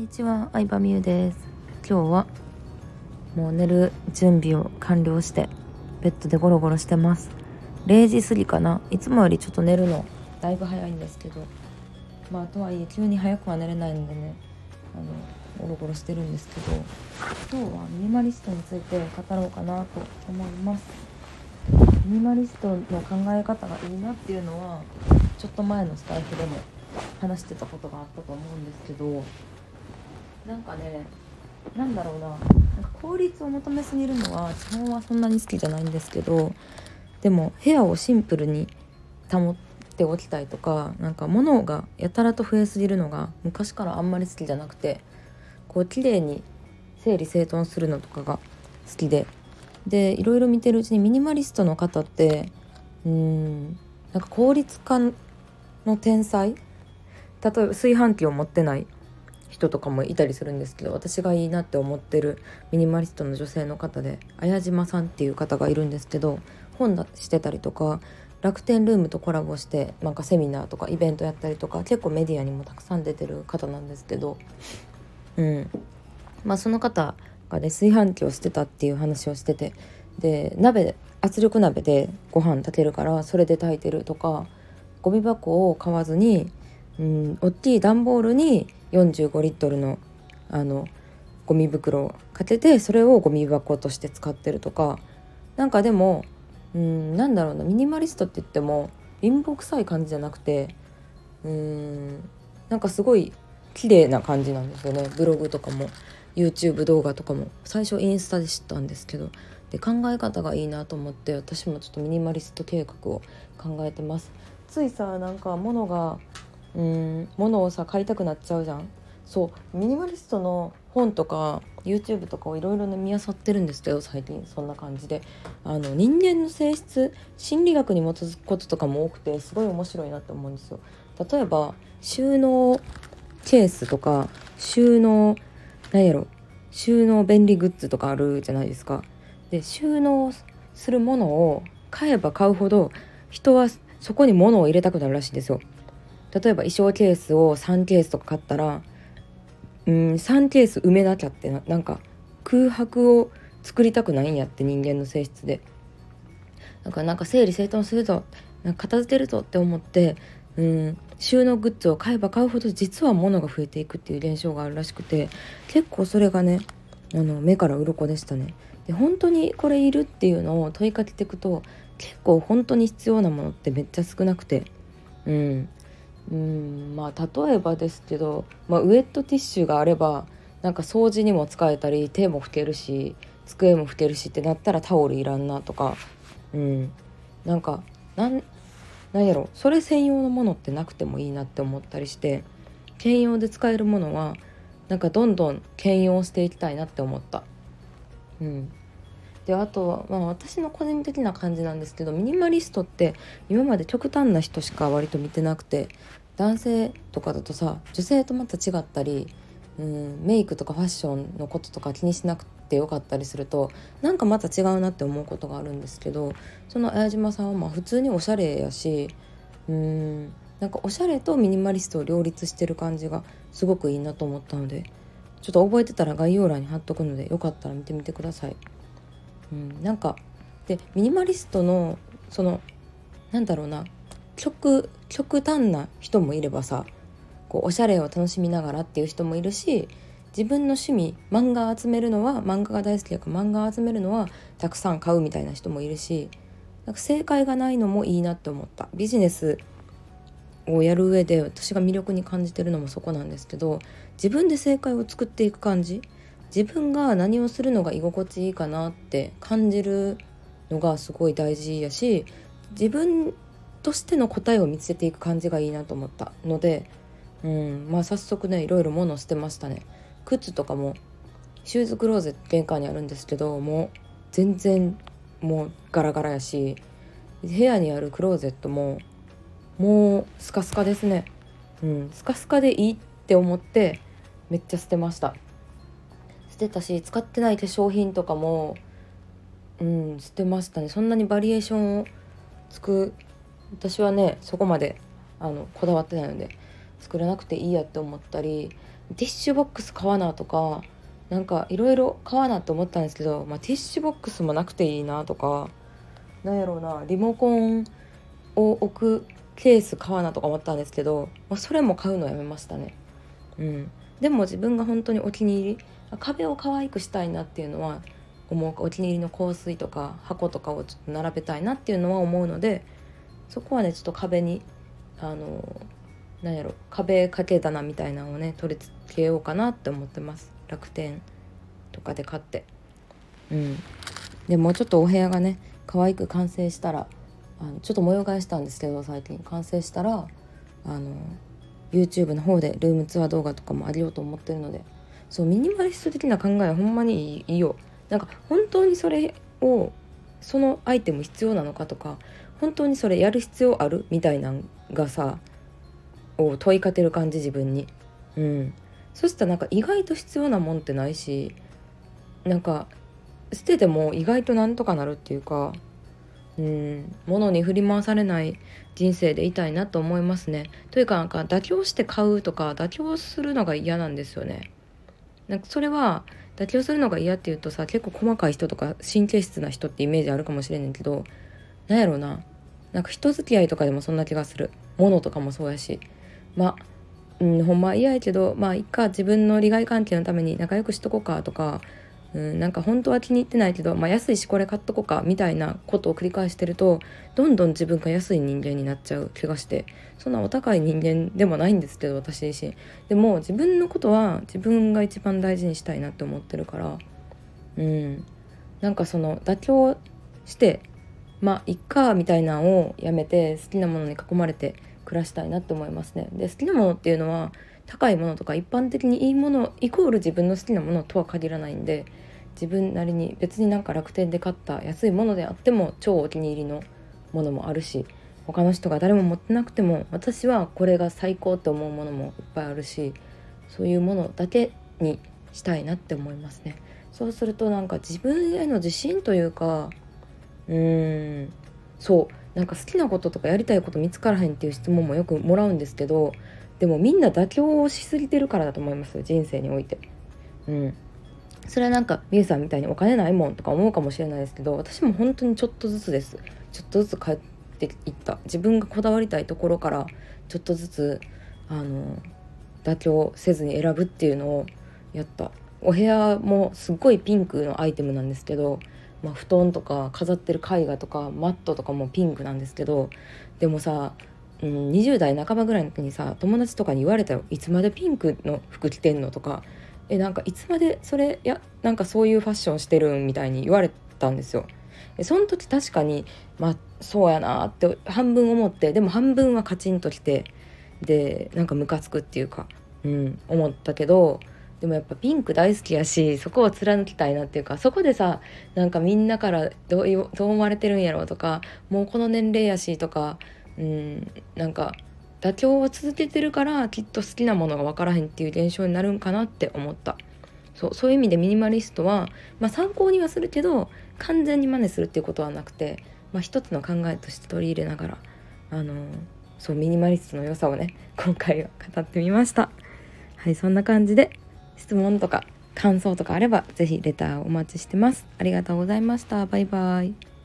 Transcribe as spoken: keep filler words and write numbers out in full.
ちは、相葉美優です。今日はもう寝る準備を完了してベッドでゴロゴロしてます。れいじ過ぎかな。いつもよりちょっと寝るのだいぶ早いんですけど、まあとはいえ急に早くは寝れないのでね、あのゴロゴロしてるんですけど、今日はミニマリストについて語ろうかなと思います。ミニマリストの考え方がいいなっていうのはちょっと前のスタイフでも話してたことがあったと思うんですけど、なんかね、なんだろうな、なんか効率を求めすぎるのは自分はそんなに好きじゃないんですけど、でも部屋をシンプルに保っておきたいとか、なんか物がやたらと増えすぎるのが昔からあんまり好きじゃなくて、こう綺麗に整理整頓するのとかが好きで、でいろいろ見てるうちにミニマリストの方ってうーんなんか効率化の天才、例えば炊飯器を持ってない人とかもいたりするんですけど、私がいいなって思ってるミニマリストの女性の方で綾島さんっていう方がいるんですけど、本出してたりとか楽天ルームとコラボしてなんかセミナーとかイベントやったりとか、結構メディアにもたくさん出てる方なんですけど、うんまあその方がね、炊飯器をしてたっていう話をしてて、で鍋圧力鍋でご飯炊けるからそれで炊いてるとか、ゴミ箱を買わずにうん大きい段ボールによんじゅうごリットルのあのゴミ袋をかけてそれをゴミ箱として使ってるとか、なんかでもうんなんだろうな、ミニマリストって言っても貧乏臭い感じじゃなくて、うんなんかすごい綺麗な感じなんですよね。ブログとかも YouTube 動画とかも最初インスタで知ったんですけど、で考え方がいいなと思って私もちょっとミニマリスト計画を考えてます。ついさ、なんか物がうーん物をさ買いたくなっちゃうじゃん。そうミニマリストの本とか YouTube とかをいろいろ見漁ってるんですけど、最近そんな感じであの人間の性質、心理学に基づくこととかも多くてすごい面白いなって思うんですよ。例えば収納ケースとか収納何やろ収納便利グッズとかあるじゃないですか。で収納するものを買えば買うほど人はそこに物を入れたくなるらしいんですよ。例えば衣装ケースをさんケースとか買ったらうんさんケース埋めなきゃって、な、なんか空白を作りたくないんやって、人間の性質で。だからなんか整理整頓するぞ、なんか片付けるぞって思ってうん収納グッズを買えば買うほど実は物が増えていくっていう現象があるらしくて、結構それがねあの目から鱗でしたね。で本当にこれいるっていうのを問いかけていくと、結構本当に必要なものってめっちゃ少なくて、うんうんまあ例えばですけど、まあ、ウエットティッシュがあればなんか掃除にも使えたり手も拭けるし机も拭けるしってなったらタオルいらんなとか、うんなんかなんなんやろそれ専用のものってなくてもいいなって思ったりして、兼用で使えるものはなんかどんどん兼用していきたいなって思った。うんであとは、まあ、私の個人的な感じなんですけど、ミニマリストって今まで極端な人しか割と見てなくて、男性とかだとさ女性とまた違ったり、うんメイクとかファッションのこととか気にしなくてよかったりすると、なんかまた違うなって思うことがあるんですけど、その綾島さんはまあ普通におしゃれやし、うんなんかおしゃれとミニマリストを両立してる感じがすごくいいなと思ったので、ちょっと覚えてたら概要欄に貼っとくのでよかったら見てみてください。うん、なんかでミニマリストのそのなんだろうな、極極端な人もいればさ、こうおしゃれを楽しみながらっていう人もいるし、自分の趣味漫画集めるのは漫画が大好きだから漫画を集めるのはたくさん買うみたいな人もいるし、なんか正解がないのもいいなって思った。ビジネスをやる上で私が魅力に感じてるのもそこなんですけど、自分で正解を作っていく感じ、自分が何をするのが居心地いいかなって感じるのがすごい大事やし、自分としての答えを見つけていく感じがいいなと思ったので、うんまあ早速ねいろいろ物を捨てましたね。靴とかもシューズクローゼット玄関にあるんですけど、もう全然もうガラガラやし、部屋にあるクローゼットももうスカスカですね。うんスカスカでいいって思ってめっちゃ捨てました。捨てたし、使ってない化粧品とかもうん捨てましたね。そんなにバリエーションをつく私はねそこまであのこだわってないので作らなくていいやって思ったり、 ティッシュボックス買わなとか、なんかいろいろ買わなと思ったんですけど、まあ、ティッシュボックスもなくていいなとか、なんやろうな、リモコンを置くケース買わなとか思ったんですけど、まあ、それも買うのやめましたね。うん、でも自分が本当にお気に入り、壁を可愛くしたいなっていうのは思う。お気に入りの香水とか箱とかをちょっと並べたいなっていうのは思うので、そこはねちょっと壁にあのなんやろ壁掛け棚みたいなのをね取り付けようかなって思ってます。楽天とかで買って。うん。でもうちょっとお部屋がね可愛く完成したら、あのちょっと模様替えしたんですけど、最近完成したらあの YouTube の方でルームツアー動画とかもあげようと思ってるので、そうミニマリスト的な考えはほんまにいいよ。なんか本当にそれをそのアイテム必要なのかとか、本当にそれやる必要あるみたいなんがさを問いかける感じ、自分に。うん。そしたらなんか意外と必要なもんってないし、なんか捨てても意外となんとかなるっていうか、うん、物に振り回されない人生でいたいなと思いますね。というか、なんか妥協して買うとか妥協するのが嫌なんですよね。なんかそれは妥協するのが嫌っていうとさ、結構細かい人とか神経質な人ってイメージあるかもしれないけど、なんやろうな、なんか人付き合いとかでもそんな気がする。物とかもそうやし、まあ、うん、ほんま嫌やけど、まあいっか、自分の利害関係のために仲良くしとこうかとか、うん、なんか本当は気に入ってないけど、まあ、安いしこれ買っとこうかみたいなことを繰り返してると、どんどん自分が安い人間になっちゃう気がして、そんなお高い人間でもないんですけど私自身。でも自分のことは自分が一番大事にしたいなって思ってるから、うん、なんかその妥協してまあいっかみたいなのをやめて、好きなものに囲まれて暮らしたいなって思いますね。で好きなものっていうのは高いものとか一般的にいいものイコール自分の好きなものとは限らないんで、自分なりに別になんか楽天で買った安いものであっても超お気に入りのものもあるし、他の人が誰も持ってなくても私はこれが最高って思うものもいっぱいあるし、そういうものだけにしたいなって思いますね。そうするとなんか自分への自信というか、うーんそうなんか好きなこととかやりたいこと見つからへんっていう質問もよくもらうんですけど、でもみんな妥協をしすぎてるからだと思いますよ、人生において。うん。それはなんかみゆさんみたいにお金ないもんとか思うかもしれないですけど、私も本当にちょっとずつです。ちょっとずつ帰っていった。自分がこだわりたいところからちょっとずつあの妥協せずに選ぶっていうのをやった。お部屋もすっごいピンクのアイテムなんですけど、まあ、布団とか飾ってる絵画とかマットとかもピンクなんですけど、でもさ、うん、にじゅう代半ばぐらいの時にさ友達とかに言われたよ。いつまでピンクの服着てんのとか、えなんかいつまでそれやなんかそういうファッションしてるんみたいに言われたんですよ。えその時確かにまあそうやなって半分思って、でも半分はカチンときて、でなんかムカつくっていうか、うん思ったけど、でもやっぱピンク大好きやし、そこを貫きたいなっていうか、そこでさなんかみんなからどういうどう思われてるんやろうとか、もうこの年齢やしとか、うんなんか妥協を続けてるからきっと好きなものが分からへんっていう現象になるんかなって思った。そうそういう意味でミニマリストは、まあ、参考にはするけど完全に真似するっていうことはなくて、まあ、一つの考えとして取り入れながら、あのそうミニマリストの良さをね今回は語ってみました。はい、そんな感じで質問とか感想とかあればぜひレターお待ちしてます。ありがとうございました。バイバイ。